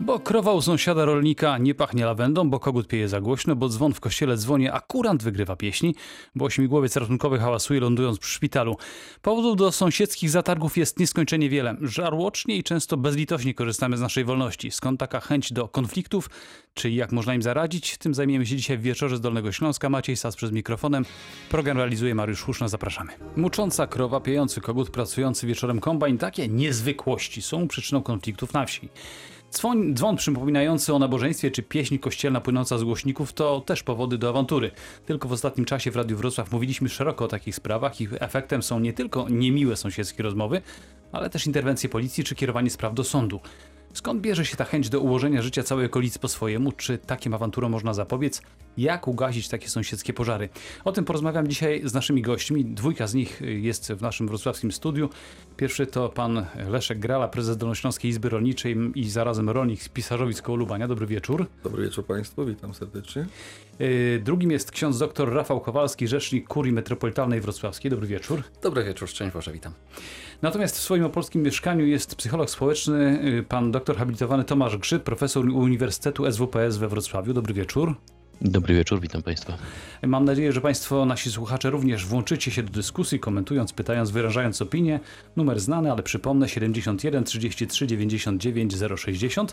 Bo krowa u sąsiada rolnika nie pachnie lawendą, bo kogut pieje za głośno, bo dzwon w kościele dzwoni, a kurant wygrywa pieśni, bo śmigłowiec ratunkowy hałasuje lądując przy szpitalu. Powodów do sąsiedzkich zatargów jest nieskończenie wiele. Żarłocznie i często bezlitośnie korzystamy z naszej wolności. Skąd taka chęć do konfliktów, czy jak można im zaradzić? Tym zajmiemy się dzisiaj w Wieczorze z Dolnego Śląska. Maciej Sas przed mikrofonem. Program realizuje Mariusz Huszna. Zapraszamy. Mucząca krowa, piejący kogut, pracujący wieczorem kombajn. Takie niezwykłości są przyczyną konfliktów na wsi. Dzwon przypominający o nabożeństwie czy pieśń kościelna płynąca z głośników to też powody do awantury. Tylko w ostatnim czasie w Radiu Wrocław mówiliśmy szeroko o takich sprawach. Ich efektem są nie tylko niemiłe sąsiedzkie rozmowy, ale też interwencje policji czy kierowanie spraw do sądu. Skąd bierze się ta chęć do ułożenia życia całej okolicy po swojemu? Czy takim awanturom można zapobiec? Jak ugasić takie sąsiedzkie pożary? O tym porozmawiam dzisiaj z naszymi gośćmi. Dwójka z nich jest w naszym wrocławskim studiu. Pierwszy to pan Leszek Grala, prezes Dolnośląskiej Izby Rolniczej i zarazem rolnik z Pisarzowic koło Lubania. Dobry wieczór. Dobry wieczór Państwu, witam serdecznie. Drugim jest ksiądz dr Rafał Kowalski, rzecznik Kurii Metropolitalnej Wrocławskiej. Dobry wieczór. Dobry wieczór, szczęść Boże, witam. Natomiast w swoim opolskim mieszkaniu jest psycholog społeczny, pan doktor habilitowany Tomasz Grzyb, profesor Uniwersytetu SWPS we Wrocławiu. Dobry wieczór. Dobry wieczór, witam Państwa. Mam nadzieję, że Państwo, nasi słuchacze, również włączycie się do dyskusji, komentując, pytając, wyrażając opinię. Numer znany, ale przypomnę, 71 33 99 060.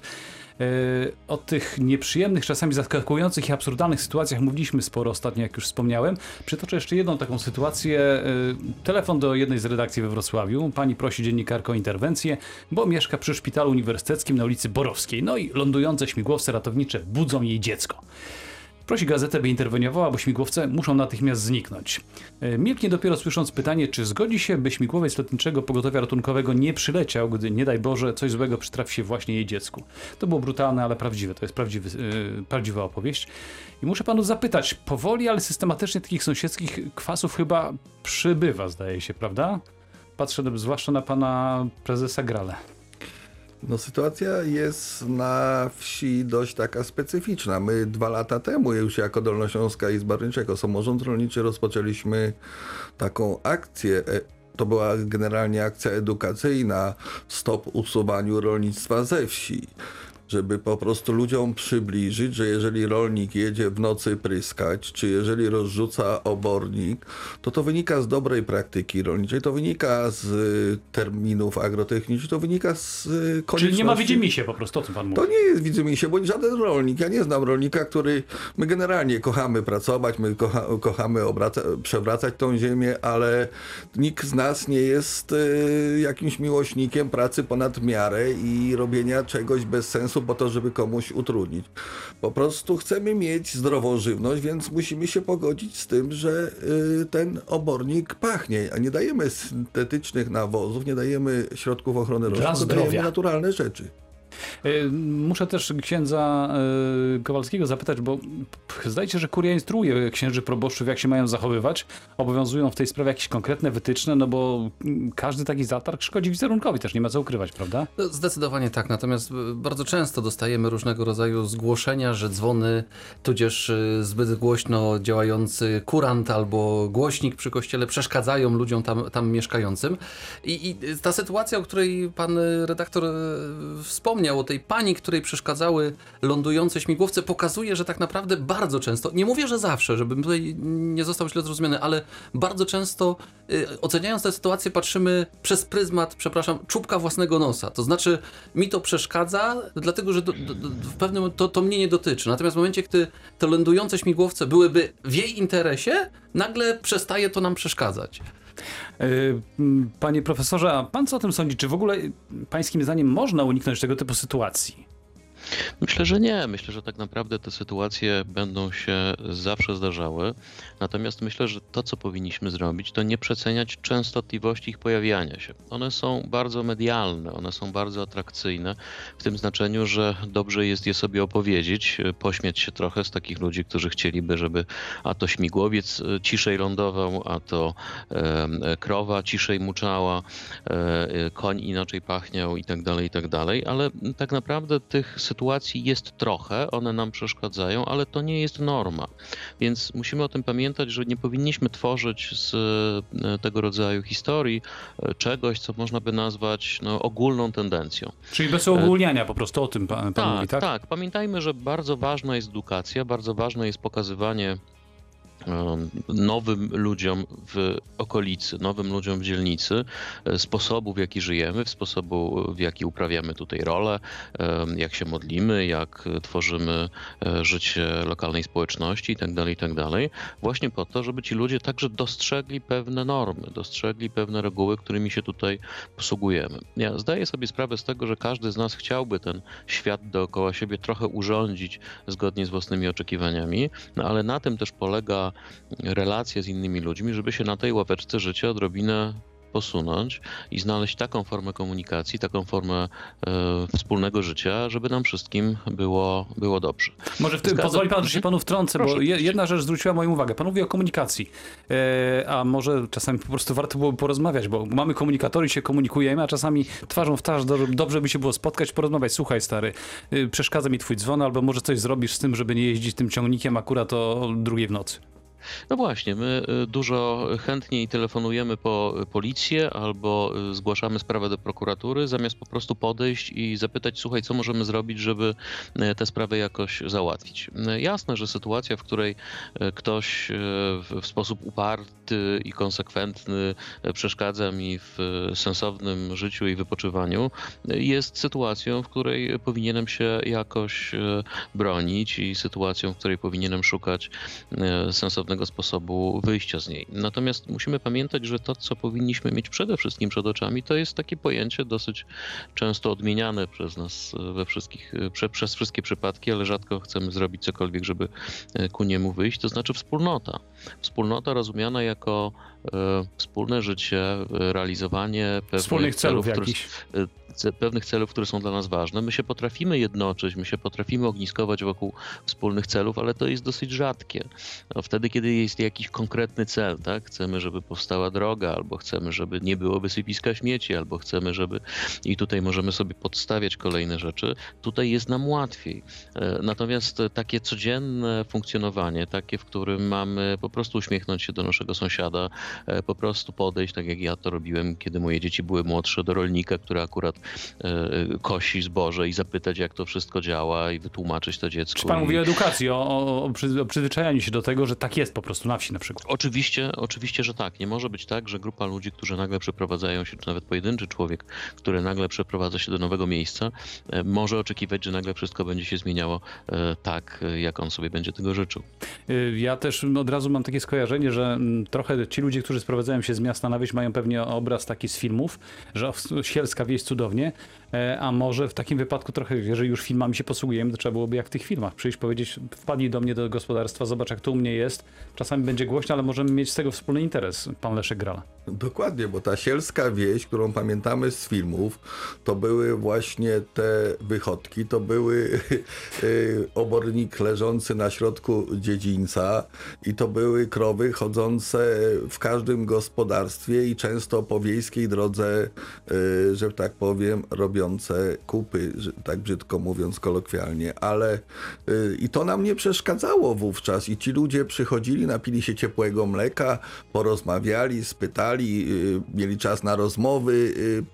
O tych nieprzyjemnych, czasami zaskakujących i absurdalnych sytuacjach mówiliśmy sporo ostatnio, jak już wspomniałem. Przytoczę jeszcze jedną taką sytuację. Telefon do jednej z redakcji we Wrocławiu. Pani prosi dziennikarkę o interwencję, bo mieszka przy szpitalu uniwersyteckim na ulicy Borowskiej. No i lądujące śmigłowce ratownicze budzą jej dziecko. Prosi gazetę, by interweniowała, bo śmigłowce muszą natychmiast zniknąć. Milknie dopiero słysząc pytanie, czy zgodzi się, by śmigłowiec lotniczego pogotowia ratunkowego nie przyleciał, gdy, nie daj Boże, coś złego przytrafi się właśnie jej dziecku. To było brutalne, ale prawdziwe. To jest prawdziwa opowieść. I muszę panu zapytać, powoli, ale systematycznie takich sąsiedzkich kwasów chyba przybywa, zdaje się, prawda? Patrzę zwłaszcza na pana prezesa Grale. No, sytuacja jest na wsi dość taka specyficzna. My 2 lata temu już jako Dolnośląska Izba Rolnicza, jako samorząd rolniczy rozpoczęliśmy taką akcję. To była generalnie akcja edukacyjna Stop usuwaniu rolnictwa ze wsi. Żeby po prostu ludziom przybliżyć, że jeżeli rolnik jedzie w nocy pryskać, czy jeżeli rozrzuca obornik, to wynika z dobrej praktyki rolniczej, to wynika z terminów agrotechnicznych, to wynika z konieczności... Czyli nie ma widzimisię po prostu, o czym pan mówi. To nie jest widzimisię, bo żaden rolnik, ja nie znam rolnika, który... My generalnie kochamy pracować, my kochamy przewracać tą ziemię, ale nikt z nas nie jest jakimś miłośnikiem pracy ponad miarę i robienia czegoś bez sensu po to, żeby komuś utrudnić. Po prostu chcemy mieć zdrową żywność, więc musimy się pogodzić z tym, że ten obornik pachnie, a nie dajemy syntetycznych nawozów, nie dajemy środków ochrony roślin, tylko dajemy naturalne rzeczy. Muszę też księdza Kowalskiego zapytać, bo zdaje się, że kuria instruuje księży proboszczów, jak się mają zachowywać. Obowiązują w tej sprawie jakieś konkretne wytyczne, no bo każdy taki zatarg szkodzi wizerunkowi, też nie ma co ukrywać, prawda? No, zdecydowanie tak, natomiast bardzo często dostajemy różnego rodzaju zgłoszenia, że dzwony, tudzież zbyt głośno działający kurant albo głośnik przy kościele przeszkadzają ludziom tam mieszkającym. I ta sytuacja, o której pan redaktor wspomniał, o tej pani, której przeszkadzały lądujące śmigłowce, pokazuje, że tak naprawdę bardzo często, nie mówię, że zawsze, żebym tutaj nie został źle zrozumiany, ale bardzo często oceniając tę sytuację patrzymy przez pryzmat, czubka własnego nosa. To znaczy mi to przeszkadza, dlatego że w pewnym to mnie nie dotyczy. Natomiast w momencie, gdy te lądujące śmigłowce byłyby w jej interesie, nagle przestaje to nam przeszkadzać. Panie profesorze, a pan co o tym sądzi? Czy w ogóle pańskim zdaniem można uniknąć tego typu sytuacji? Myślę, że nie. Myślę, że tak naprawdę te sytuacje będą się zawsze zdarzały. Natomiast myślę, że to, co powinniśmy zrobić, to nie przeceniać częstotliwości ich pojawiania się. One są bardzo medialne, one są bardzo atrakcyjne w tym znaczeniu, że dobrze jest je sobie opowiedzieć, pośmiać się trochę z takich ludzi, którzy chcieliby, żeby a to śmigłowiec ciszej lądował, a to krowa ciszej muczała, koń inaczej pachniał i tak dalej, ale tak naprawdę tych sytuacji sytuacji jest trochę, one nam przeszkadzają, ale to nie jest norma. Więc musimy o tym pamiętać, że nie powinniśmy tworzyć z tego rodzaju historii czegoś, co można by nazwać ogólną tendencją. Czyli bez uogólniania po prostu, o tym pan mówi, tak? Tak. Pamiętajmy, że bardzo ważna jest edukacja, bardzo ważne jest pokazywanie nowym ludziom w okolicy, nowym ludziom w dzielnicy sposobu, w jaki żyjemy, sposobu, w jaki uprawiamy tutaj rolę, jak się modlimy, jak tworzymy życie lokalnej społeczności itd., właśnie po to, żeby ci ludzie także dostrzegli pewne normy, dostrzegli pewne reguły, którymi się tutaj posługujemy. Ja zdaję sobie sprawę z tego, że każdy z nas chciałby ten świat dookoła siebie trochę urządzić zgodnie z własnymi oczekiwaniami, ale na tym też polega relacja z innymi ludźmi, żeby się na tej ławeczce życia odrobinę posunąć i znaleźć taką formę komunikacji, taką formę wspólnego życia, żeby nam wszystkim było dobrze. Może pozwoli pan, że się panu wtrącę, Proszę, bo jedna rzecz zwróciła moją uwagę. Pan mówi o komunikacji, a może czasami po prostu warto byłoby porozmawiać, bo mamy komunikatory, się komunikujemy, a czasami twarzą w twarz dobrze by się było spotkać, porozmawiać. Słuchaj stary, przeszkadza mi twój dzwon, albo może coś zrobisz z tym, żeby nie jeździć tym ciągnikiem akurat o 2:00 w nocy. No właśnie, my dużo chętniej telefonujemy po policję albo zgłaszamy sprawę do prokuratury, zamiast po prostu podejść i zapytać, słuchaj, co możemy zrobić, żeby tę sprawę jakoś załatwić. Jasne, że sytuacja, w której ktoś w sposób uparty i konsekwentny przeszkadza mi w sensownym życiu i wypoczywaniu, jest sytuacją, w której powinienem się jakoś bronić i sytuacją, w której powinienem szukać sensownego sposobu wyjścia z niej. Natomiast musimy pamiętać, że to, co powinniśmy mieć przede wszystkim przed oczami, to jest takie pojęcie dosyć często odmieniane przez nas przez wszystkie przypadki, ale rzadko chcemy zrobić cokolwiek, żeby ku niemu wyjść, to znaczy wspólnota. Wspólnota rozumiana jako wspólne życie, realizowanie Wspólnych celów pewnych celów, które są dla nas ważne. My się potrafimy jednoczyć, my się potrafimy ogniskować wokół wspólnych celów, ale to jest dosyć rzadkie. Wtedy, kiedy jest jakiś konkretny cel, tak? Chcemy, żeby powstała droga, albo chcemy, żeby nie było wysypiska śmieci, albo chcemy, żeby... I tutaj możemy sobie podstawiać kolejne rzeczy. Tutaj jest nam łatwiej. Natomiast takie codzienne funkcjonowanie, takie, w którym mamy po prostu uśmiechnąć się do naszego sąsiada, po prostu podejść, tak jak ja to robiłem, kiedy moje dzieci były młodsze, do rolnika, który akurat kosi zboże i zapytać, jak to wszystko działa i wytłumaczyć to dziecku. Czy pan mówi o edukacji, o przyzwyczajaniu się do tego, że tak jest po prostu na wsi na przykład? Oczywiście, że tak. Nie może być tak, że grupa ludzi, którzy nagle przeprowadzają się, czy nawet pojedynczy człowiek, który nagle przeprowadza się do nowego miejsca, może oczekiwać, że nagle wszystko będzie się zmieniało tak, jak on sobie będzie tego życzył. Ja też od razu mam takie skojarzenie, że trochę ci ludzie, którzy sprowadzają się z miasta na wieś, mają pewnie obraz taki z filmów, że sielska wieś cudownie, a może w takim wypadku trochę, jeżeli już filmami się posługujemy, to trzeba byłoby jak w tych filmach przyjść, powiedzieć, wpadnij do mnie do gospodarstwa, zobacz jak to u mnie jest. Czasami będzie głośno, ale możemy mieć z tego wspólny interes, pan Leszek Grala. Dokładnie, bo ta sielska wieś, którą pamiętamy z filmów, to były właśnie te wychodki, to były obornik leżący na środku dziedzińca i to były krowy chodzące w każdym gospodarstwie i często po wiejskiej drodze, że tak powiem, robiące kupy, tak brzydko mówiąc kolokwialnie, ale i to nam nie przeszkadzało wówczas i ci ludzie przychodzili, napili się ciepłego mleka, porozmawiali, spytali, mieli czas na rozmowy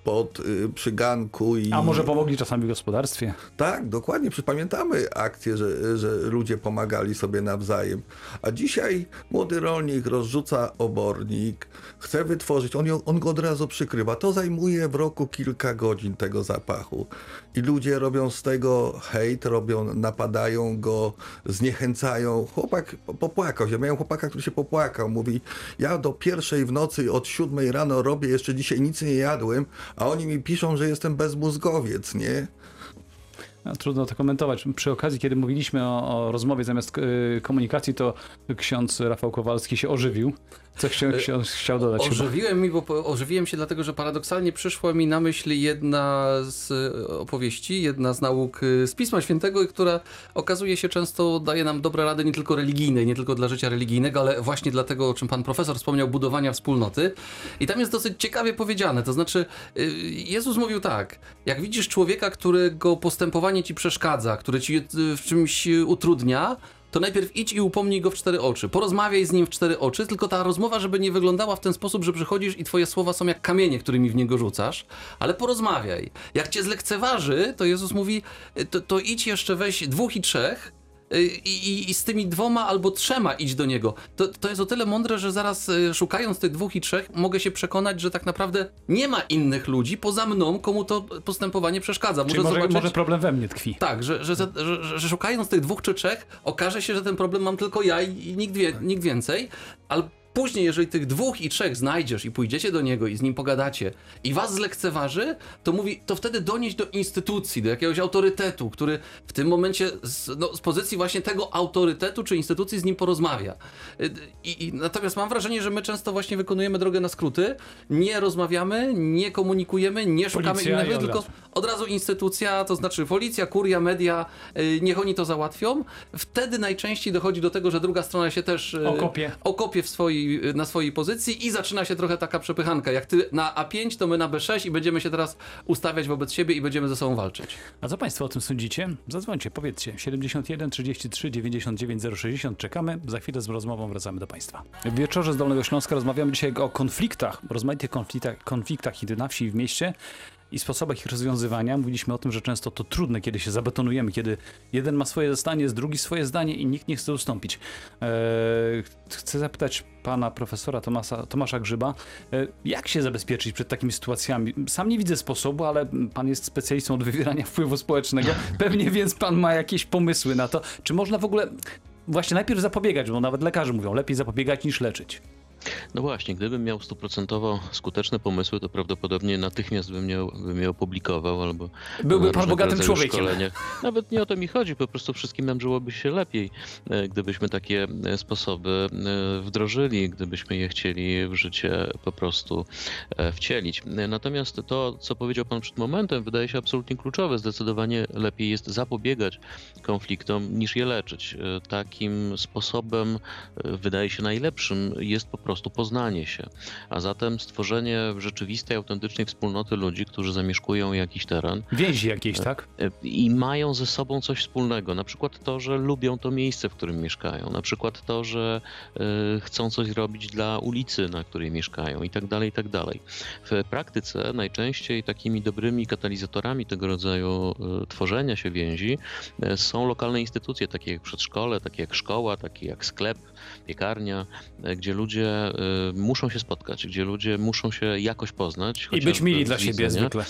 przy ganku. A może pomogli czasami w gospodarstwie? Tak, dokładnie. Pamiętamy akcję, że ludzie pomagali sobie nawzajem. A dzisiaj młody rolnik rozrzuca obornik, chce wytworzyć, on go od razu przykrywa. To zajmuje w roku kilka godzin tego zapachu. I ludzie robią z tego hejt, napadają go, zniechęcają. Chłopak popłakał się. Miałem chłopaka, który się popłakał. Mówi, ja do 1:00 w nocy od 7:00 rano robię, jeszcze dzisiaj nic nie jadłem, a oni mi piszą, że jestem bezmózgowiec, nie? Trudno to komentować. Przy okazji, kiedy mówiliśmy o rozmowie zamiast komunikacji, to ksiądz Rafał Kowalski się ożywił. Co ksiądz chciał dodać? Ożywiłem się dlatego, że paradoksalnie przyszła mi na myśl jedna z opowieści, jedna z nauk z Pisma Świętego, która okazuje się często daje nam dobre rady nie tylko religijne, nie tylko dla życia religijnego, ale właśnie dlatego, o czym pan profesor wspomniał, budowania wspólnoty. I tam jest dosyć ciekawie powiedziane, to znaczy Jezus mówił tak, jak widzisz człowieka, którego postępowanie postępowanie ci przeszkadza, które ci w czymś utrudnia, to najpierw idź i upomnij go w 4 oczy. Porozmawiaj z nim w 4 oczy, tylko ta rozmowa, żeby nie wyglądała w ten sposób, że przychodzisz i twoje słowa są jak kamienie, którymi w niego rzucasz, ale porozmawiaj. Jak cię zlekceważy, to Jezus mówi, to idź jeszcze weź 2 i 3 i z tymi 2 albo 3 idź do niego. To jest o tyle mądre, że zaraz szukając tych 2 i 3 mogę się przekonać, że tak naprawdę nie ma innych ludzi poza mną, komu to postępowanie przeszkadza. Czyli może problem we mnie tkwi. Tak, że szukając tych 2 czy 3 okaże się, że ten problem mam tylko ja i nikt więcej, ale później, jeżeli tych 2 i 3 znajdziesz i pójdziecie do niego i z nim pogadacie i was zlekceważy, to mówi, to wtedy donieść do instytucji, do jakiegoś autorytetu, który w tym momencie z pozycji właśnie tego autorytetu czy instytucji z nim porozmawia. Natomiast mam wrażenie, że my często właśnie wykonujemy drogę na skróty, nie rozmawiamy, nie komunikujemy, nie szukamy Policja innego, i tylko od razu instytucja, to znaczy policja, kuria, media, niech oni to załatwią. Wtedy najczęściej dochodzi do tego, że druga strona się też okopie na swojej pozycji i zaczyna się trochę taka przepychanka. Jak ty na A5, to my na B6 i będziemy się teraz ustawiać wobec siebie i będziemy ze sobą walczyć. A co państwo o tym sądzicie? Zadzwońcie, powiedzcie. 71 33 99 060. Czekamy. Za chwilę z rozmową wracamy do państwa. W Wieczorze z Dolnego Śląska rozmawiamy dzisiaj o konfliktach, rozmaitych konfliktach i na wsi, i w mieście i sposobach ich rozwiązywania. Mówiliśmy o tym, że często to trudne, kiedy się zabetonujemy, kiedy jeden ma swoje zdanie, drugi swoje zdanie i nikt nie chce ustąpić. Chcę zapytać pana profesora Tomasza Grzyba, jak się zabezpieczyć przed takimi sytuacjami? Sam nie widzę sposobu, ale pan jest specjalistą od wywierania wpływu społecznego. Pewnie więc pan ma jakieś pomysły na to. Czy można w ogóle właśnie najpierw zapobiegać, bo nawet lekarze mówią, lepiej zapobiegać niż leczyć. No właśnie, gdybym miał 100% skuteczne pomysły, to prawdopodobnie natychmiast bym je opublikował albo... Byłby pan bogatym człowiekiem. Szkoleniach. Nawet nie o to mi chodzi, po prostu wszystkim nam żyłoby się lepiej, gdybyśmy takie sposoby wdrożyli, gdybyśmy je chcieli w życie po prostu wcielić. Natomiast to, co powiedział pan przed momentem, wydaje się absolutnie kluczowe. Zdecydowanie lepiej jest zapobiegać konfliktom niż je leczyć. Takim sposobem, wydaje się najlepszym, jest po prostu poznanie się, a zatem stworzenie rzeczywistej, autentycznej wspólnoty ludzi, którzy zamieszkują jakiś teren. Więzi jakieś, tak? I mają ze sobą coś wspólnego, na przykład to, że lubią to miejsce, w którym mieszkają, na przykład to, że chcą coś zrobić dla ulicy, na której mieszkają i tak dalej, i tak dalej. W praktyce najczęściej takimi dobrymi katalizatorami tego rodzaju tworzenia się więzi są lokalne instytucje, takie jak przedszkole, takie jak szkoła, takie jak sklep, piekarnia, gdzie ludzie muszą się spotkać, gdzie ludzie muszą się jakoś poznać. I być mili dla siebie zwykle.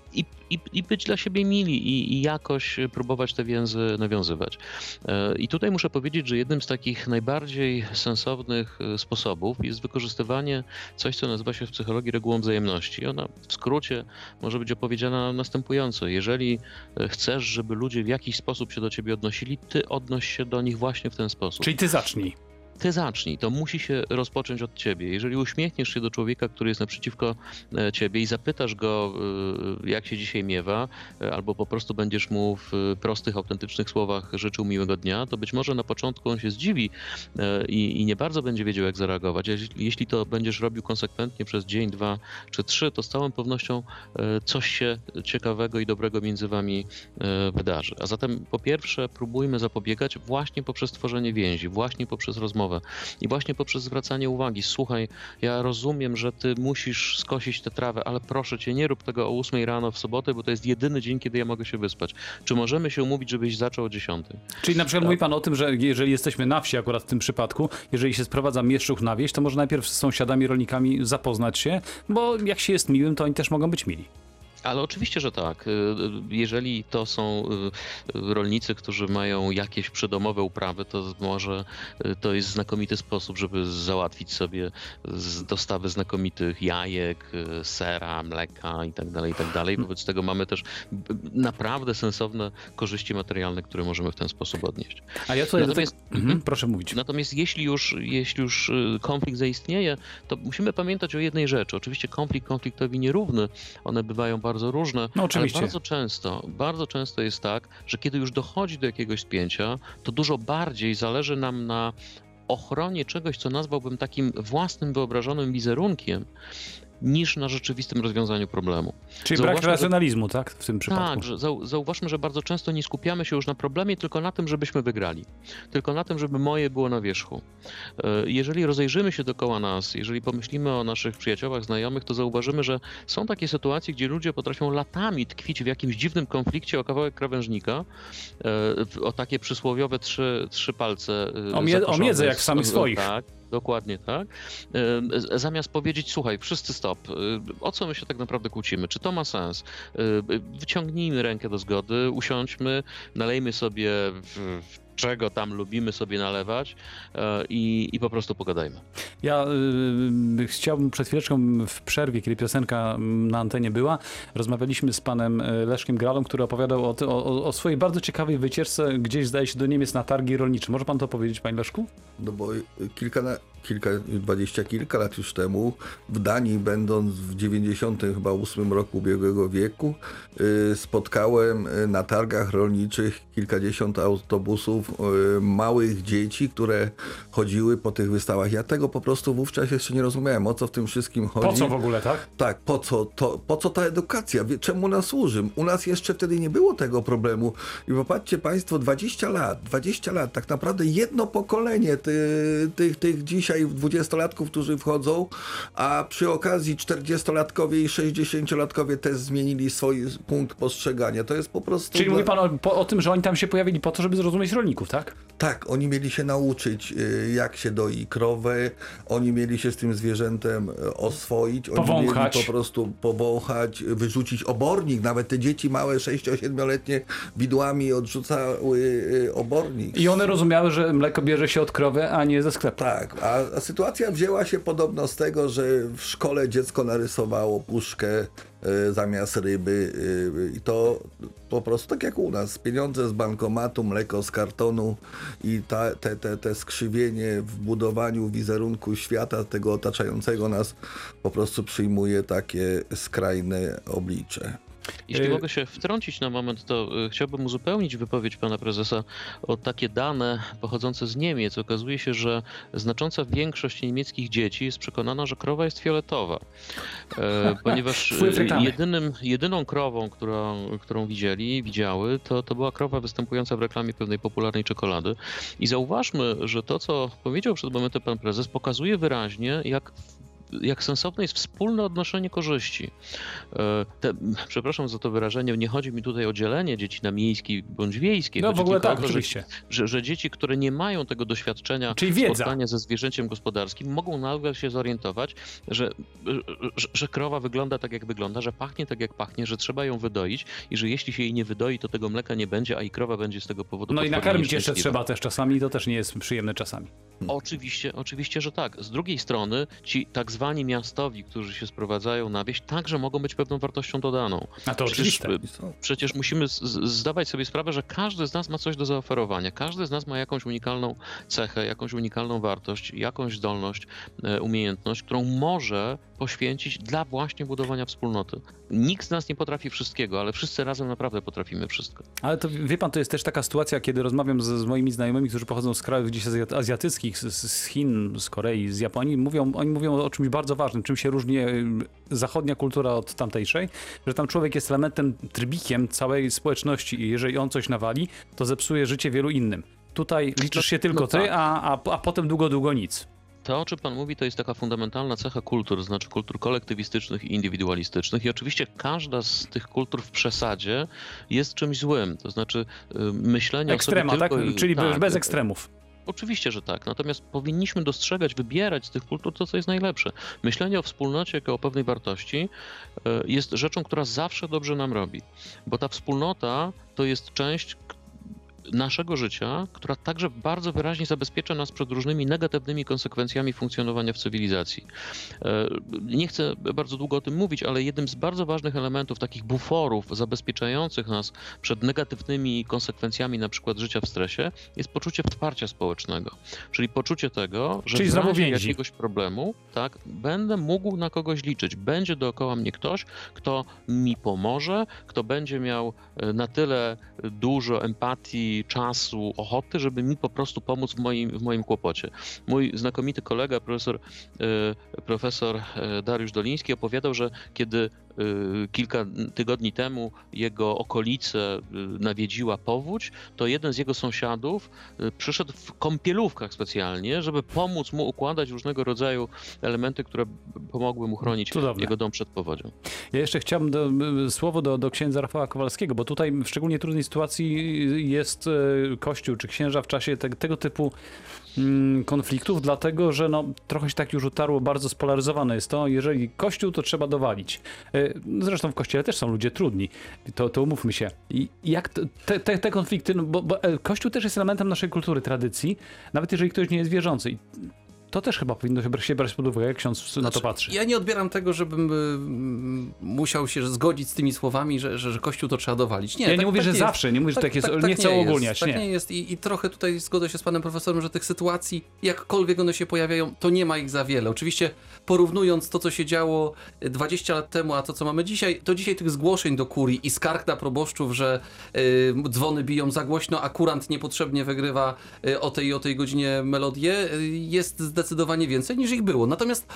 I być dla siebie mili i jakoś próbować te więzy nawiązywać. I tutaj muszę powiedzieć, że jednym z takich najbardziej sensownych sposobów jest wykorzystywanie coś, co nazywa się w psychologii regułą wzajemności. Ona w skrócie może być opowiedziana następująco. Jeżeli chcesz, żeby ludzie w jakiś sposób się do ciebie odnosili, ty odnoś się do nich właśnie w ten sposób. Czyli ty zacznij. Ty zacznij, to musi się rozpocząć od ciebie. Jeżeli uśmiechniesz się do człowieka, który jest naprzeciwko ciebie i zapytasz go, jak się dzisiaj miewa, albo po prostu będziesz mu w prostych, autentycznych słowach życzył miłego dnia, to być może na początku on się zdziwi i nie bardzo będzie wiedział, jak zareagować. Jeśli to będziesz robił konsekwentnie przez dzień, 2 czy 3, to z całą pewnością coś się ciekawego i dobrego między wami wydarzy. A zatem po pierwsze próbujmy zapobiegać właśnie poprzez tworzenie więzi, właśnie poprzez rozmowę i właśnie poprzez zwracanie uwagi. Słuchaj, ja rozumiem, że ty musisz skosić tę trawę, ale proszę cię, nie rób tego o 8 rano w sobotę, bo to jest jedyny dzień, kiedy ja mogę się wyspać. Czy możemy się umówić, żebyś zaczął o 10? Czyli na przykład mówi pan o tym, że jeżeli jesteśmy na wsi akurat w tym przypadku, jeżeli się sprowadza mieszczuch na wieś, to może najpierw z sąsiadami, rolnikami zapoznać się, bo jak się jest miłym, to oni też mogą być mili. Ale oczywiście, że tak. Jeżeli to są rolnicy, którzy mają jakieś przydomowe uprawy, to może to jest znakomity sposób, żeby załatwić sobie dostawy znakomitych jajek, sera, mleka i tak dalej. Wobec tego mamy też naprawdę sensowne korzyści materialne, które możemy w ten sposób odnieść. A ja tutaj proszę mówić. Natomiast jeśli już konflikt zaistnieje, to musimy pamiętać o jednej rzeczy. Oczywiście konflikt konfliktowi nierówny, one bywają bardzo różne, no, oczywiście. Ale bardzo często jest tak, że kiedy już dochodzi do jakiegoś spięcia, to dużo bardziej zależy nam na ochronie czegoś, co nazwałbym takim własnym, wyobrażonym wizerunkiem, niż na rzeczywistym rozwiązaniu problemu. Czyli brak racjonalizmu, tak? W tym przypadku. Tak, że zauważmy, że bardzo często nie skupiamy się już na problemie, tylko na tym, żebyśmy wygrali. Tylko na tym, żeby moje było na wierzchu. Jeżeli rozejrzymy się dookoła nas, jeżeli pomyślimy o naszych przyjaciołach, znajomych, to zauważymy, że są takie sytuacje, gdzie ludzie potrafią latami tkwić w jakimś dziwnym konflikcie o kawałek krawężnika, o takie przysłowiowe trzy palce O miedzę, jak w samych swoich. Tak. Dokładnie tak. Zamiast powiedzieć, słuchaj, wszyscy stop, o co my się tak naprawdę kłócimy? Czy to ma sens? Wyciągnijmy rękę do zgody, usiądźmy, nalejmy sobie czego tam lubimy sobie nalewać i po prostu pogadajmy. Ja chciałbym przed chwileczką w przerwie, kiedy piosenka na antenie była, rozmawialiśmy z panem Leszkiem Gralą, który opowiadał o swojej bardzo ciekawej wycieczce gdzieś, zdaje się, do Niemiec na targi rolnicze. Może pan to powiedzieć, panie Leszku? No bo dwadzieścia kilka lat już temu w Danii, będąc w 98 roku ubiegłego wieku, spotkałem na targach rolniczych kilkadziesiąt autobusów małych dzieci, które chodziły po tych wystawach. Ja tego po prostu wówczas jeszcze nie rozumiałem, o co w tym wszystkim chodzi. Po co w ogóle, tak? Tak, po co ta edukacja? Czemu ona służy? U nas jeszcze wtedy nie było tego problemu. I popatrzcie państwo, 20 lat, tak naprawdę jedno pokolenie tych dzisiaj 20-latków, którzy wchodzą, a przy okazji 40-latkowie i 60-latkowie też zmienili swój punkt postrzegania. To jest po prostu... Czyli mówi pan o tym, że oni tam się pojawili po to, żeby zrozumieć rolników, tak? Tak, oni mieli się nauczyć, jak się doi krowę, oni mieli się z tym zwierzętem oswoić, oni powąchać. mieli po prostu powąchać, wyrzucić obornik. Nawet te dzieci małe, 6-7-letnie, widłami odrzucały obornik. I one rozumiały, że mleko bierze się od krowy, a nie ze sklepu. Tak, a sytuacja wzięła się podobno z tego, że w szkole dziecko narysowało puszkę zamiast ryby i to po prostu tak jak u nas, pieniądze z bankomatu, mleko z kartonu i te skrzywienie w budowaniu wizerunku świata, tego otaczającego nas, po prostu przyjmuje takie skrajne oblicze. Jeśli mogę się wtrącić na moment, to chciałbym uzupełnić wypowiedź pana prezesa o takie dane pochodzące z Niemiec. Okazuje się, że znacząca większość niemieckich dzieci jest przekonana, że krowa jest fioletowa, ponieważ jedyną krową, którą widziały, to była krowa występująca w reklamie pewnej popularnej czekolady. I zauważmy, że to, co powiedział przed momentem pan prezes, pokazuje wyraźnie, jak sensowne jest wspólne odnoszenie korzyści. Przepraszam za to wyrażenie, nie chodzi mi tutaj o dzielenie dzieci na miejskie bądź wiejskie. No chodzi w ogóle tylko tak, o to, oczywiście. że dzieci, które nie mają tego doświadczenia spotkania ze zwierzęciem gospodarskim, mogą nagle się zorientować, że krowa wygląda tak, jak wygląda, że pachnie tak, jak pachnie, że trzeba ją wydoić i że jeśli się jej nie wydoi, to tego mleka nie będzie, a i krowa będzie z tego powodu No i nakarmić jeszcze nieszczęśliwa. trzeba też czasami, to też nie jest przyjemne czasami. Oczywiście, że tak. Z drugiej strony ci tak zwani miastowi, którzy się sprowadzają na wieś, także mogą być pewną wartością dodaną. A to oczywiste. Przecież musimy zdawać sobie sprawę, że każdy z nas ma coś do zaoferowania. Każdy z nas ma jakąś unikalną cechę, jakąś unikalną wartość, jakąś zdolność, umiejętność, którą może poświęcić dla właśnie budowania wspólnoty. Nikt z nas nie potrafi wszystkiego, ale wszyscy razem naprawdę potrafimy wszystko. Ale to wie pan, to jest też taka sytuacja, kiedy rozmawiam z moimi znajomymi, którzy pochodzą z krajów gdzieś azjatyckich, z Chin, z Korei, z Japonii. Oni mówią o czymś bardzo ważnym, czym się różni zachodnia kultura od tamtejszej, że tam człowiek jest elementem, trybikiem całej społeczności i jeżeli on coś nawali, to zepsuje życie wielu innym. Tutaj liczysz się tylko ty, a potem długo nic. To, o czym pan mówi, to jest taka fundamentalna cecha kultur, znaczy kultur kolektywistycznych i indywidualistycznych i oczywiście każda z tych kultur w przesadzie jest czymś złym, to znaczy myślenie Ekstrema, o sobie tak? tylko... Czyli bez ekstremów. Oczywiście, że tak. Natomiast powinniśmy dostrzegać, wybierać z tych kultur to, co jest najlepsze. Myślenie o wspólnocie jako o pewnej wartości jest rzeczą, która zawsze dobrze nam robi, bo ta wspólnota to jest część naszego życia, która także bardzo wyraźnie zabezpiecza nas przed różnymi negatywnymi konsekwencjami funkcjonowania w cywilizacji. Nie chcę bardzo długo o tym mówić, ale jednym z bardzo ważnych elementów, takich buforów zabezpieczających nas przed negatywnymi konsekwencjami na przykład życia w stresie, jest poczucie wsparcia społecznego. Czyli poczucie tego, że w razie jakiegoś problemu, tak, będę mógł na kogoś liczyć. Będzie dookoła mnie ktoś, kto mi pomoże, kto będzie miał na tyle dużo empatii energii, czasu, ochoty, żeby mi po prostu pomóc w moim kłopocie. Mój znakomity kolega, profesor Dariusz Doliński opowiadał, że kiedy kilka tygodni temu jego okolice nawiedziła powódź, to jeden z jego sąsiadów przyszedł w kąpielówkach specjalnie, żeby pomóc mu układać różnego rodzaju elementy, które pomogły mu chronić jego dom przed powodzią. Ja jeszcze chciałbym słowo do księdza Rafała Kowalskiego, bo tutaj w szczególnie trudnej sytuacji jest Kościół czy księża w czasie tego typu konfliktów, dlatego że trochę się tak już utarło, bardzo spolaryzowane jest to, jeżeli Kościół, to trzeba dowalić. Zresztą w Kościele też są ludzie trudni, to umówmy się. I jak te konflikty, bo Kościół też jest elementem naszej kultury, tradycji, nawet jeżeli ktoś nie jest wierzący. I to też chyba powinno się brać pod uwagę, jak ksiądz na to patrzy. Ja nie odbieram tego, żebym musiał się zgodzić z tymi słowami, że Kościół to trzeba dowalić. Nie, ja nie mówię, że zawsze, nie mówię, że tak jest, nie chcę uogólniać. Tak nie jest i trochę tutaj zgodzę się z panem profesorem, że tych sytuacji, jakkolwiek one się pojawiają, to nie ma ich za wiele. Oczywiście porównując to, co się działo 20 lat temu, a to, co mamy dzisiaj, to dzisiaj tych zgłoszeń do kurii i skarg na proboszczów, że dzwony biją za głośno, a kurant niepotrzebnie wygrywa o tej godzinie melodię, jest zdecydowanie więcej niż ich było. Natomiast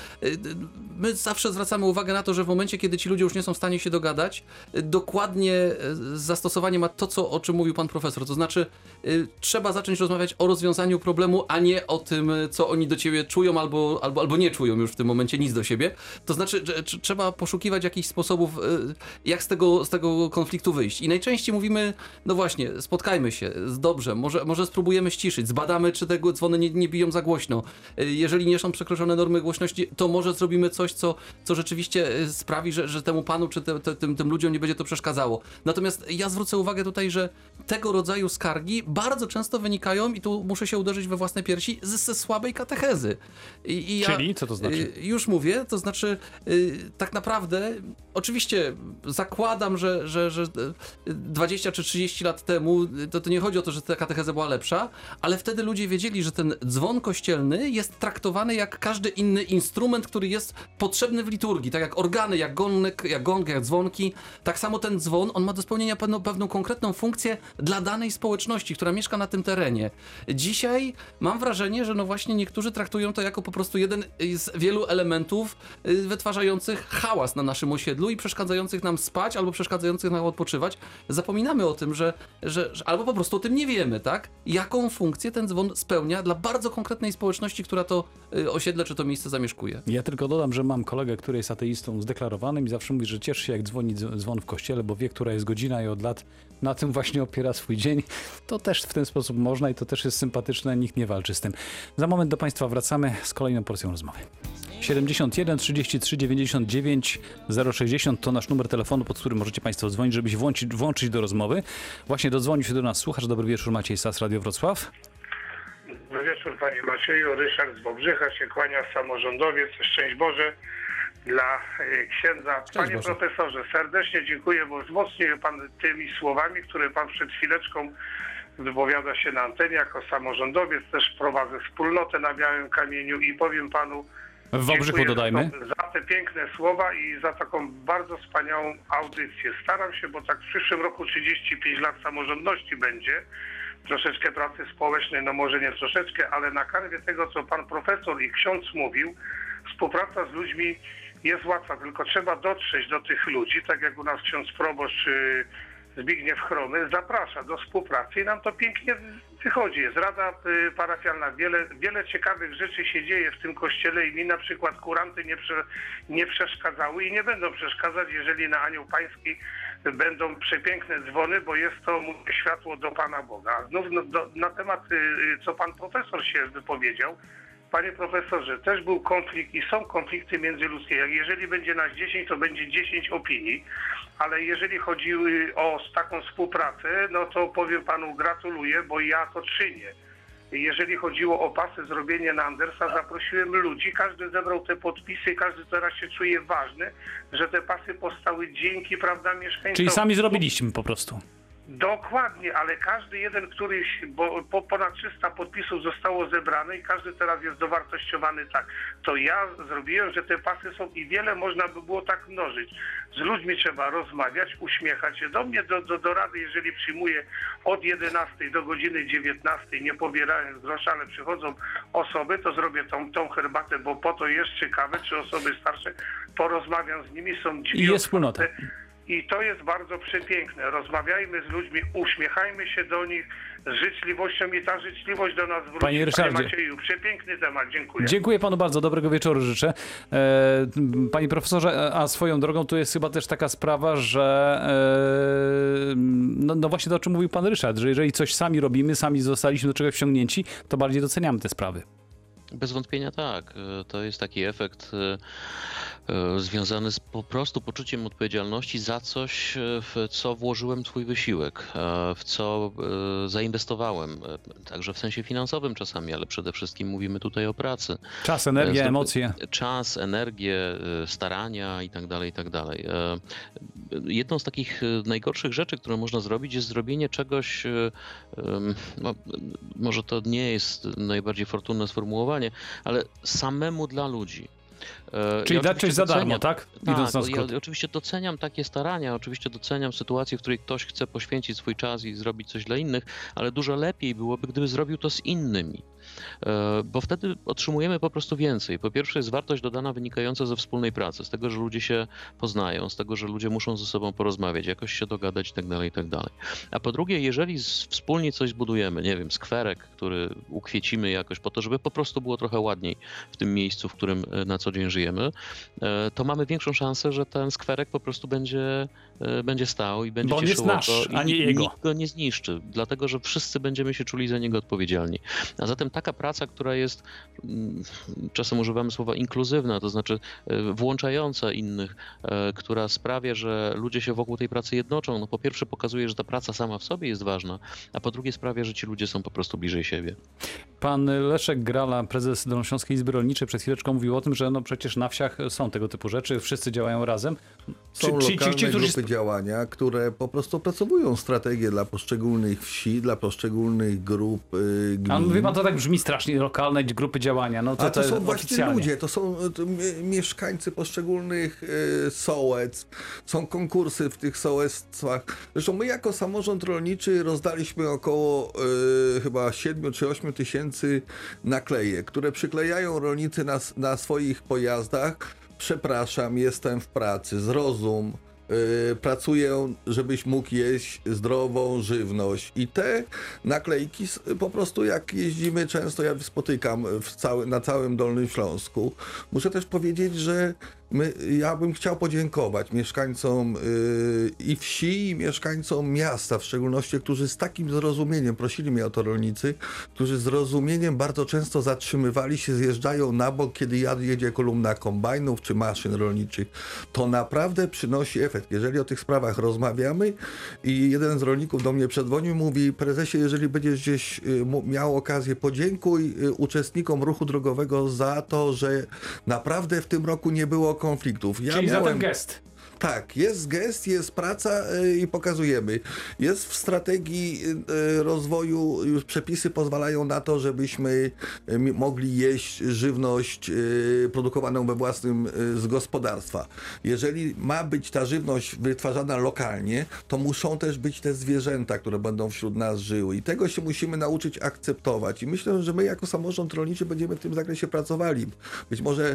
my zawsze zwracamy uwagę na to, że w momencie, kiedy ci ludzie już nie są w stanie się dogadać, dokładnie zastosowanie ma to, o czym mówił pan profesor. To znaczy trzeba zacząć rozmawiać o rozwiązaniu problemu, a nie o tym, co oni do ciebie czują albo nie czują już w tym momencie nic do siebie. To znaczy, że trzeba poszukiwać jakichś sposobów, jak z tego konfliktu wyjść. I najczęściej mówimy, no właśnie, spotkajmy się, dobrze, może spróbujemy ściszyć, zbadamy, czy te dzwony nie biją za głośno. Jeżeli nie są przekroczone normy głośności, to może zrobimy coś, co rzeczywiście sprawi, że temu panu czy tym ludziom nie będzie to przeszkadzało. Natomiast ja zwrócę uwagę tutaj, że tego rodzaju skargi bardzo często wynikają, i tu muszę się uderzyć we własne piersi, ze słabej katechezy. Czyli? Co to znaczy? Już mówię, to znaczy tak naprawdę, oczywiście zakładam, że 20 czy 30 lat temu to nie chodzi o to, że ta katecheza była lepsza, ale wtedy ludzie wiedzieli, że ten dzwon kościelny jest traktowany jak każdy inny instrument, który jest potrzebny w liturgii, tak jak organy, jak gong, jak dzwonki, tak samo ten dzwon, on ma do spełnienia pewną konkretną funkcję dla danej społeczności, która mieszka na tym terenie. Dzisiaj mam wrażenie, że no właśnie niektórzy traktują to jako po prostu jeden z wielu elementów wytwarzających hałas na naszym osiedlu i przeszkadzających nam spać albo przeszkadzających nam odpoczywać. Zapominamy o tym, że albo po prostu o tym nie wiemy, tak? Jaką funkcję ten dzwon spełnia dla bardzo konkretnej społeczności, która to osiedle czy to miejsce zamieszkuje. Ja tylko dodam, że mam kolegę, który jest ateistą zdeklarowanym i zawsze mówi, że cieszy się, jak dzwoni dzwon w kościele, bo wie, która jest godzina i od lat na tym właśnie opiera swój dzień. To też w ten sposób można i to też jest sympatyczne, nikt nie walczy z tym. Za moment do Państwa wracamy z kolejną porcją rozmowy. 71 33 99 060 to nasz numer telefonu, pod którym możecie Państwo dzwonić, żeby się włączyć do rozmowy. Właśnie dodzwonił się do nas słuchacz. Dobry wieczór, Maciej Sas, Radio Wrocław. Dobry wieczór, panie Macieju. Ryszard z Wałbrzycha się kłania, samorządowiec. Szczęść Boże dla księdza. Panie profesorze, serdecznie dziękuję, bo wzmocnił pan tymi słowami, które pan przed chwileczką wypowiada się na antenie jako samorządowiec. Też prowadzę wspólnotę na Białym Kamieniu i powiem panu, W Wałbrzychu dodajmy. Za te piękne słowa i za taką bardzo wspaniałą audycję. Staram się, bo tak w przyszłym roku 35 lat samorządności będzie. Troszeczkę pracy społecznej, no może nie troszeczkę, ale na kanwie tego, co pan profesor i ksiądz mówił, współpraca z ludźmi jest łatwa, tylko trzeba dotrzeć do tych ludzi, tak jak u nas ksiądz proboszcz Zbigniew Chromy zaprasza do współpracy i nam to pięknie wychodzi. Jest rada parafialna, wiele ciekawych rzeczy się dzieje w tym kościele i mi na przykład kuranty nie przeszkadzały i nie będą przeszkadzać, jeżeli na Anioł Pański będą przepiękne dzwony, bo jest to światło do Pana Boga. A znów na temat, co pan profesor się wypowiedział, panie profesorze, też był konflikt i są konflikty międzyludzkie. Jak jeżeli będzie nas 10, to będzie 10 opinii, ale jeżeli chodzi o taką współpracę, no to powiem panu gratuluję, bo ja to czynię. Jeżeli chodziło o pasy, zrobienie na Andersa, zaprosiłem ludzi, każdy zebrał te podpisy, każdy teraz się czuje ważny, że te pasy powstały dzięki, prawda, mieszkańcom. Czyli sami zrobiliśmy po prostu. Dokładnie, ale każdy jeden, bo ponad 300 podpisów zostało zebrane i każdy teraz jest dowartościowany tak. To ja zrobiłem, że te pasy są i wiele można by było tak mnożyć. Z ludźmi trzeba rozmawiać, uśmiechać się. Do mnie, do rady, jeżeli przyjmuję od 11 do godziny 19, nie pobierając grosza, ale przychodzą osoby, to zrobię tą herbatę, bo po to jest ciekawe, czy osoby starsze, porozmawiam z nimi, są drzwi I jest wspólnota. I to jest bardzo przepiękne. Rozmawiajmy z ludźmi, uśmiechajmy się do nich z życzliwością i ta życzliwość do nas wróci. Panie Ryszardzie. Macieju, przepiękny temat, dziękuję. Dziękuję panu bardzo, dobrego wieczoru życzę. Panie profesorze, a swoją drogą tu jest chyba też taka sprawa, że no właśnie to, o czym mówił pan Ryszard, że jeżeli coś sami robimy, sami zostaliśmy do czegoś wciągnięci, to bardziej doceniamy te sprawy. Bez wątpienia tak. To jest taki efekt związany z po prostu poczuciem odpowiedzialności za coś, w co włożyłem swój wysiłek, w co zainwestowałem, także w sensie finansowym czasami, ale przede wszystkim mówimy tutaj o pracy. Czas, energia, emocje. Czas, energię, starania i tak dalej, i tak dalej. Jedną z takich najgorszych rzeczy, którą można zrobić, jest zrobienie czegoś, no, może to nie jest najbardziej fortunne sformułowanie, ale samemu dla ludzi. Czyli dać coś za darmo, tak? Idąc na Tak, skrót. ja oczywiście doceniam takie starania, oczywiście doceniam sytuację, w której ktoś chce poświęcić swój czas i zrobić coś dla innych, ale dużo lepiej byłoby, gdyby zrobił to z innymi. Bo wtedy otrzymujemy po prostu więcej. Po pierwsze jest wartość dodana wynikająca ze wspólnej pracy, z tego, że ludzie się poznają, z tego, że ludzie muszą ze sobą porozmawiać, jakoś się dogadać itd., itd. A po drugie, jeżeli wspólnie coś zbudujemy, nie wiem, skwerek, który ukwiecimy jakoś po to, żeby po prostu było trochę ładniej w tym miejscu, w którym na co dzień żyjemy, to mamy większą szansę, że ten skwerek po prostu będzie stał i będzie Bo on jest cieszyło nasz, go a nie i jego. nikt go nie zniszczy, dlatego że wszyscy będziemy się czuli za niego odpowiedzialni. A zatem taka praca, która jest, czasem używamy słowa inkluzywna, to znaczy włączająca innych, która sprawia, że ludzie się wokół tej pracy jednoczą, no po pierwsze pokazuje, że ta praca sama w sobie jest ważna, a po drugie sprawia, że ci ludzie są po prostu bliżej siebie. Pan Leszek Grala, prezes Dolnośląskiej Izby Rolniczej, przed chwileczką mówił o tym, że no przecież na wsiach są tego typu rzeczy, wszyscy działają razem. Są lokalne grupy działania, które po prostu opracowują strategię dla poszczególnych wsi, dla poszczególnych grup gmin. A mówi pan, to tak brzmi strasznie, lokalne grupy działania. No A to są właśnie oficjalnie. ludzie, to są mieszkańcy poszczególnych sołectw, są konkursy w tych sołectwach. Zresztą my jako samorząd rolniczy rozdaliśmy około chyba 7 czy 8 tysięcy naklejek, które przyklejają rolnicy na swoich pojazdach. Przepraszam, jestem w pracy, zrozum. Pracuję, żebyś mógł jeść zdrową żywność. I te naklejki po prostu jak jeździmy często, ja spotykam na całym Dolnym Śląsku. Muszę też powiedzieć, że ja bym chciał podziękować mieszkańcom i wsi, i mieszkańcom miasta w szczególności, którzy z takim zrozumieniem, prosili mnie o to rolnicy, którzy z zrozumieniem bardzo często zatrzymywali się, zjeżdżają na bok, kiedy jedzie kolumna kombajnów czy maszyn rolniczych. To naprawdę przynosi efekt. Jeżeli o tych sprawach rozmawiamy i jeden z rolników do mnie przedzwonił, mówi: prezesie, jeżeli będziesz gdzieś miał okazję, podziękuj uczestnikom ruchu drogowego za to, że naprawdę w tym roku nie było konfliktów. Czyli za ten gest. Tak, jest gest, jest praca i pokazujemy. Jest w strategii rozwoju, już przepisy pozwalają na to, żebyśmy mogli jeść żywność produkowaną we własnym z gospodarstwa. Jeżeli ma być ta żywność wytwarzana lokalnie, to muszą też być te zwierzęta, które będą wśród nas żyły. I tego się musimy nauczyć akceptować. I myślę, że my jako samorząd rolniczy będziemy w tym zakresie pracowali. Być może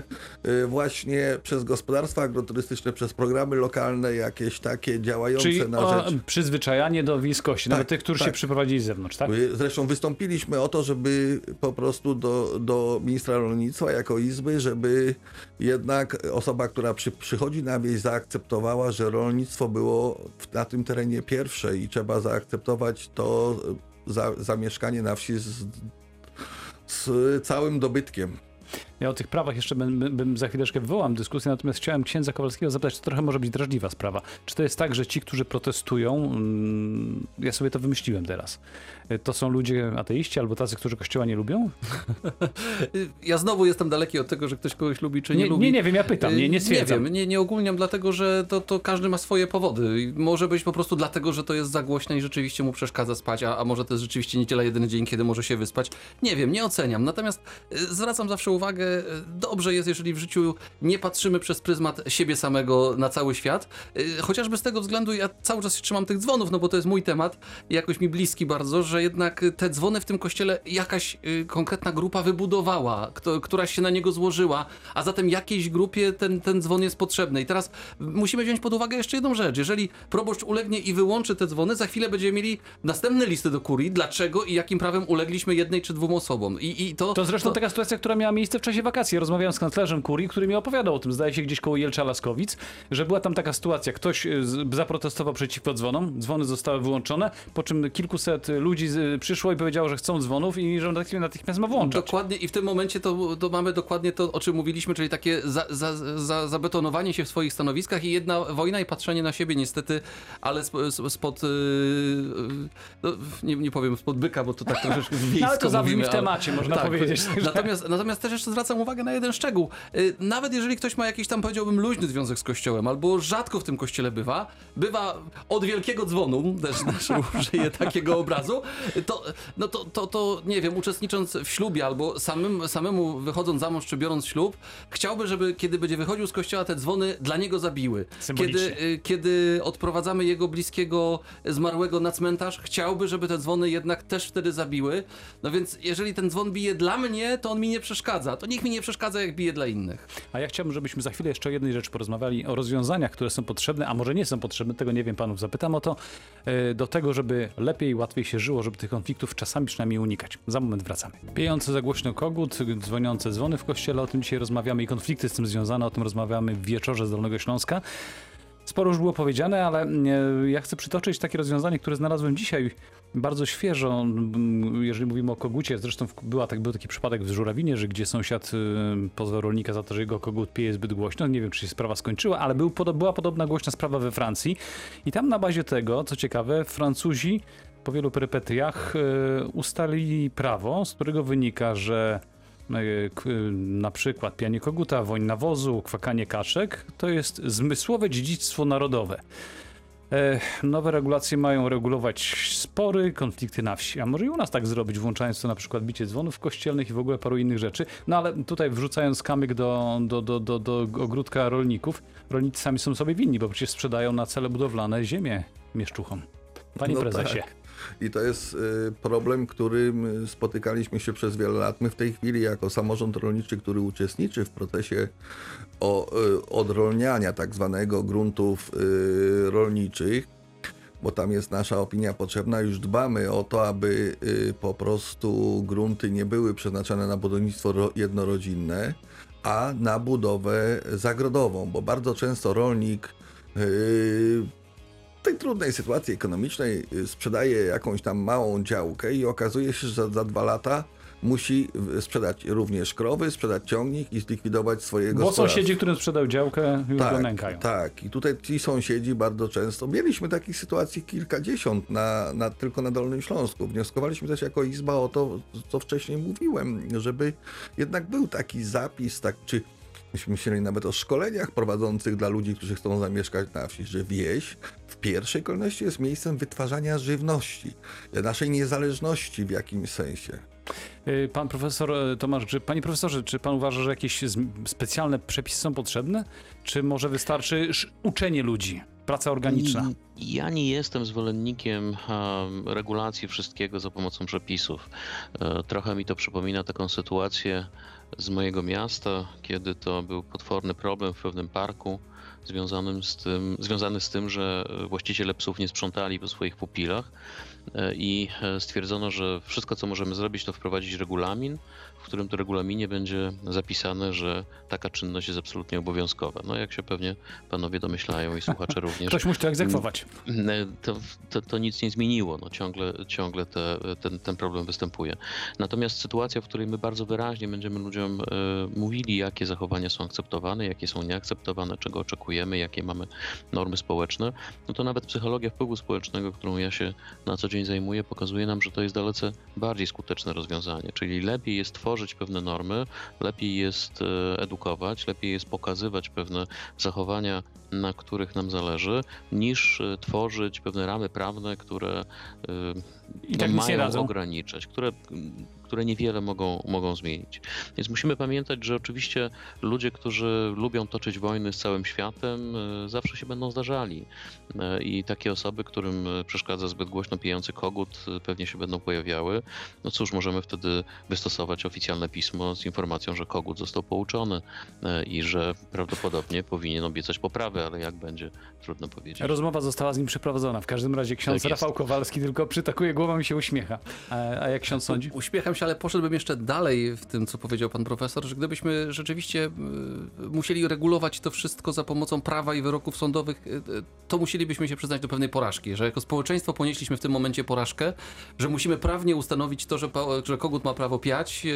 właśnie przez gospodarstwa agroturystyczne, przez programy lokalne, jakieś takie działające Czyli na rzecz... przyzwyczajanie do wiejskości, nawet tych, którzy się przyprowadzili z zewnątrz, tak? Zresztą wystąpiliśmy o to, żeby po prostu do ministra rolnictwa jako izby, żeby jednak osoba, która przychodzi na wieś, zaakceptowała, że rolnictwo było na tym terenie pierwsze i trzeba zaakceptować to zamieszkanie na wsi z całym dobytkiem. Ja o tych prawach jeszcze bym za chwileczkę wywołam dyskusję, natomiast chciałem księdza Kowalskiego zapytać, to trochę może być drażliwa sprawa. Czy to jest tak, że ci, którzy protestują, ja sobie to wymyśliłem teraz, to są ludzie ateiści albo tacy, którzy Kościoła nie lubią? Ja znowu jestem daleki od tego, że ktoś kogoś lubi czy nie lubi. Nie wiem, ja pytam, nie stwierdzam. Nie wiem, nie ogólniam, dlatego że to każdy ma swoje powody. I może być po prostu dlatego, że to jest za głośne i rzeczywiście mu przeszkadza spać, a może to jest rzeczywiście niedziela, jedyny dzień, kiedy może się wyspać. Nie wiem, nie oceniam. Natomiast zwracam zawsze uwagę, dobrze jest, jeżeli w życiu nie patrzymy przez pryzmat siebie samego na cały świat. Chociażby z tego względu ja cały czas się trzymam tych dzwonów, no bo to jest mój temat i jakoś mi bliski bardzo, że jednak te dzwony w tym kościele jakaś konkretna grupa wybudowała, która się na niego złożyła, a zatem jakiejś grupie ten dzwon jest potrzebny. I teraz musimy wziąć pod uwagę jeszcze jedną rzecz. Jeżeli proboszcz ulegnie i wyłączy te dzwony, za chwilę będziemy mieli następne listy do kurii, dlaczego i jakim prawem ulegliśmy jednej czy dwóm osobom. To zresztą taka sytuacja, która miała miejsce w czasie wakacji. Rozmawiałem z kanclerzem kurii, który mi opowiadał o tym, zdaje się gdzieś koło Jelcza-Laskowic, że była tam taka sytuacja. Ktoś zaprotestował przeciwko dzwonom, dzwony zostały wyłączone, po czym kilkuset ludzi przyszło i powiedziało, że chcą dzwonów i że natychmiast ma włączać. Dokładnie i w tym momencie to mamy dokładnie to, o czym mówiliśmy, czyli takie zabetonowanie się w swoich stanowiskach i jedna wojna i patrzenie na siebie niestety, ale spod nie powiem spod byka, bo to tak troszeczkę wiejsko ale to zabrzmi mówimy, w temacie, można powiedzieć. Natomiast też jeszcze zwracam uwagę na jeden szczegół. Nawet jeżeli ktoś ma jakiś tam, powiedziałbym, luźny związek z kościołem, albo rzadko w tym kościele bywa od wielkiego dzwonu, też użyję takiego obrazu, to nie wiem, uczestnicząc w ślubie albo samemu wychodząc za mąż czy biorąc ślub, chciałby, żeby kiedy będzie wychodził z kościoła, te dzwony dla niego zabiły. Kiedy odprowadzamy jego bliskiego zmarłego na cmentarz, chciałby, żeby te dzwony jednak też wtedy zabiły. No więc jeżeli ten dzwon bije dla mnie, to on mi nie przeszkadza. To niech mi nie przeszkadza, jak bije dla innych. A ja chciałbym, żebyśmy za chwilę jeszcze o jednej rzeczy porozmawiali, o rozwiązaniach, które są potrzebne, a może nie są potrzebne, tego nie wiem, panów zapytam o to, do tego, żeby lepiej i łatwiej się żyło, żeby tych konfliktów czasami przynajmniej unikać. Za moment wracamy. Piejący za głośno kogut, dzwoniące dzwony w kościele, o tym dzisiaj rozmawiamy i konflikty z tym związane, o tym rozmawiamy w wieczorze z Dolnego Śląska. Sporo już było powiedziane, ale ja chcę przytoczyć takie rozwiązanie, które znalazłem dzisiaj bardzo świeżo, jeżeli mówimy o kogucie. Zresztą był taki przypadek w Żurawinie, że gdzie sąsiad pozwał rolnika za to, że jego kogut pieje zbyt głośno. Nie wiem, czy się sprawa skończyła, ale była podobna głośna sprawa we Francji. I tam na bazie tego, co ciekawe, Francuzi po wielu perypetiach ustalili prawo, z którego wynika, że na przykład pianie koguta, woń nawozu, kwakanie kaczek to jest zmysłowe dziedzictwo narodowe. Nowe regulacje mają regulować spory, konflikty na wsi. A może i u nas tak zrobić, włączając to na przykład bicie dzwonów kościelnych i w ogóle paru innych rzeczy. No ale tutaj wrzucając kamyk do ogródka rolników, rolnicy sami są sobie winni, bo przecież sprzedają na cele budowlane ziemię mieszczuchom. Panie prezesie. Tak. I to jest problem, którym spotykaliśmy się przez wiele lat. My w tej chwili jako samorząd rolniczy, który uczestniczy w procesie odrolniania tak zwanego gruntów rolniczych, bo tam jest nasza opinia potrzebna, już dbamy o to, aby po prostu grunty nie były przeznaczone na budownictwo jednorodzinne, a na budowę zagrodową, bo bardzo często rolnik w tej trudnej sytuacji ekonomicznej sprzedaje jakąś tam małą działkę i okazuje się, że za 2 lata musi sprzedać również krowy, sprzedać ciągnik i zlikwidować swoje gospodarstwo. Bo sąsiedzi, którym sprzedał działkę, już go nękają. Tak, i tutaj ci sąsiedzi bardzo często, mieliśmy takich sytuacji kilkadziesiąt tylko na Dolnym Śląsku. Wnioskowaliśmy też jako Izba o to, co wcześniej mówiłem, żeby jednak był taki zapis, czy myśmy myśleli nawet o szkoleniach prowadzących dla ludzi, którzy chcą zamieszkać na wsi, że wieś w pierwszej kolejności jest miejscem wytwarzania żywności, naszej niezależności w jakimś sensie. Pan profesor Tomasz Grzyb, panie profesorze, czy pan uważa, że jakieś specjalne przepisy są potrzebne? Czy może wystarczy uczenie ludzi, praca organiczna? Ja nie jestem zwolennikiem regulacji wszystkiego za pomocą przepisów. Trochę mi to przypomina taką sytuację z mojego miasta, kiedy to był potworny problem w pewnym parku związany z tym, że właściciele psów nie sprzątali po swoich pupilach. i stwierdzono, że wszystko, co możemy zrobić, to wprowadzić regulamin, w którym to regulaminie będzie zapisane, że taka czynność jest absolutnie obowiązkowa. No jak się pewnie panowie domyślają i słuchacze również. Ktoś musi to egzekwować. To nic nie zmieniło. No, ciągle ten problem występuje. Natomiast sytuacja, w której my bardzo wyraźnie będziemy ludziom mówili, jakie zachowania są akceptowane, jakie są nieakceptowane, czego oczekujemy, jakie mamy normy społeczne, no to nawet psychologia wpływu społecznego, którą ja się na co dzień zajmuję, pokazuje nam, że to jest dalece bardziej skuteczne rozwiązanie. Czyli lepiej jest tworzyć pewne normy, lepiej jest edukować, lepiej jest pokazywać pewne zachowania, na których nam zależy, niż tworzyć pewne ramy prawne, które I tak nic nie mają radzą. ograniczać, które niewiele mogą zmienić. Więc musimy pamiętać, że oczywiście ludzie, którzy lubią toczyć wojny z całym światem, zawsze się będą zdarzali. I takie osoby, którym przeszkadza zbyt głośno pijący kogut, pewnie się będą pojawiały. No cóż, możemy wtedy wystosować oficjalne pismo z informacją, że kogut został pouczony i że prawdopodobnie powinien obiecać poprawę, ale jak będzie, trudno powiedzieć. Rozmowa została z nim przeprowadzona. W każdym razie ksiądz Tak jest. Rafał Kowalski tylko przytakuje głową i się uśmiecha. A jak ksiądz sądzi? Uśmiecham się, ale poszedłbym jeszcze dalej w tym, co powiedział pan profesor, że gdybyśmy rzeczywiście musieli regulować to wszystko za pomocą prawa i wyroków sądowych, to musielibyśmy się przyznać do pewnej porażki, że jako społeczeństwo ponieśliśmy w tym momencie porażkę, że musimy prawnie ustanowić to, że kogut ma prawo piać.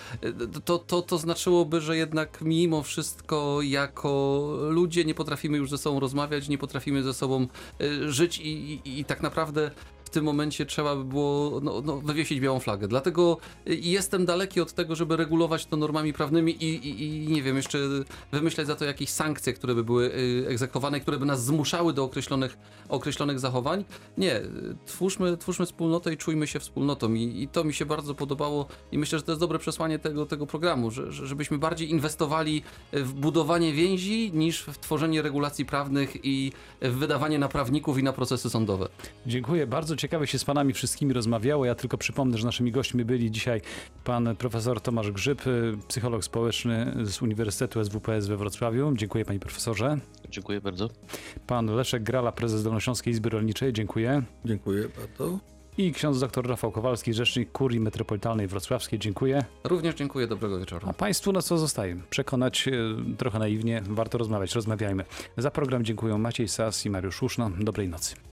To znaczyłoby, że jednak mimo wszystko jako ludzie nie potrafimy już ze sobą rozmawiać, nie potrafimy ze sobą żyć i tak naprawdę w tym momencie trzeba by było wywiesić białą flagę. Dlatego jestem daleki od tego, żeby regulować to normami prawnymi i nie wiem, jeszcze wymyślać za to jakieś sankcje, które by były egzekwowane, które by nas zmuszały do określonych zachowań. Nie, twórzmy wspólnotę i czujmy się wspólnotą i to mi się bardzo podobało i myślę, że to jest dobre przesłanie tego programu, żebyśmy bardziej inwestowali w budowanie więzi niż w tworzenie regulacji prawnych i w wydawanie na prawników i na procesy sądowe. Dziękuję. Bardzo ciekawie się z panami wszystkimi rozmawiało. Ja tylko przypomnę, że naszymi gośćmi byli dzisiaj pan profesor Tomasz Grzyb, psycholog społeczny z Uniwersytetu SWPS we Wrocławiu. Dziękuję panie profesorze. Dziękuję bardzo. Pan Leszek Grala, prezes Dolnośląskiej Izby Rolniczej. Dziękuję. Dziękuję bardzo. I ksiądz dr Rafał Kowalski, rzecznik Kurii Metropolitalnej Wrocławskiej. Dziękuję. Również dziękuję, dobrego wieczoru. A państwu na co zostaje? Przekonać trochę naiwnie, warto rozmawiać, rozmawiajmy. Za program dziękuję Maciej Sas i Mariusz Łuszno. Dobrej nocy.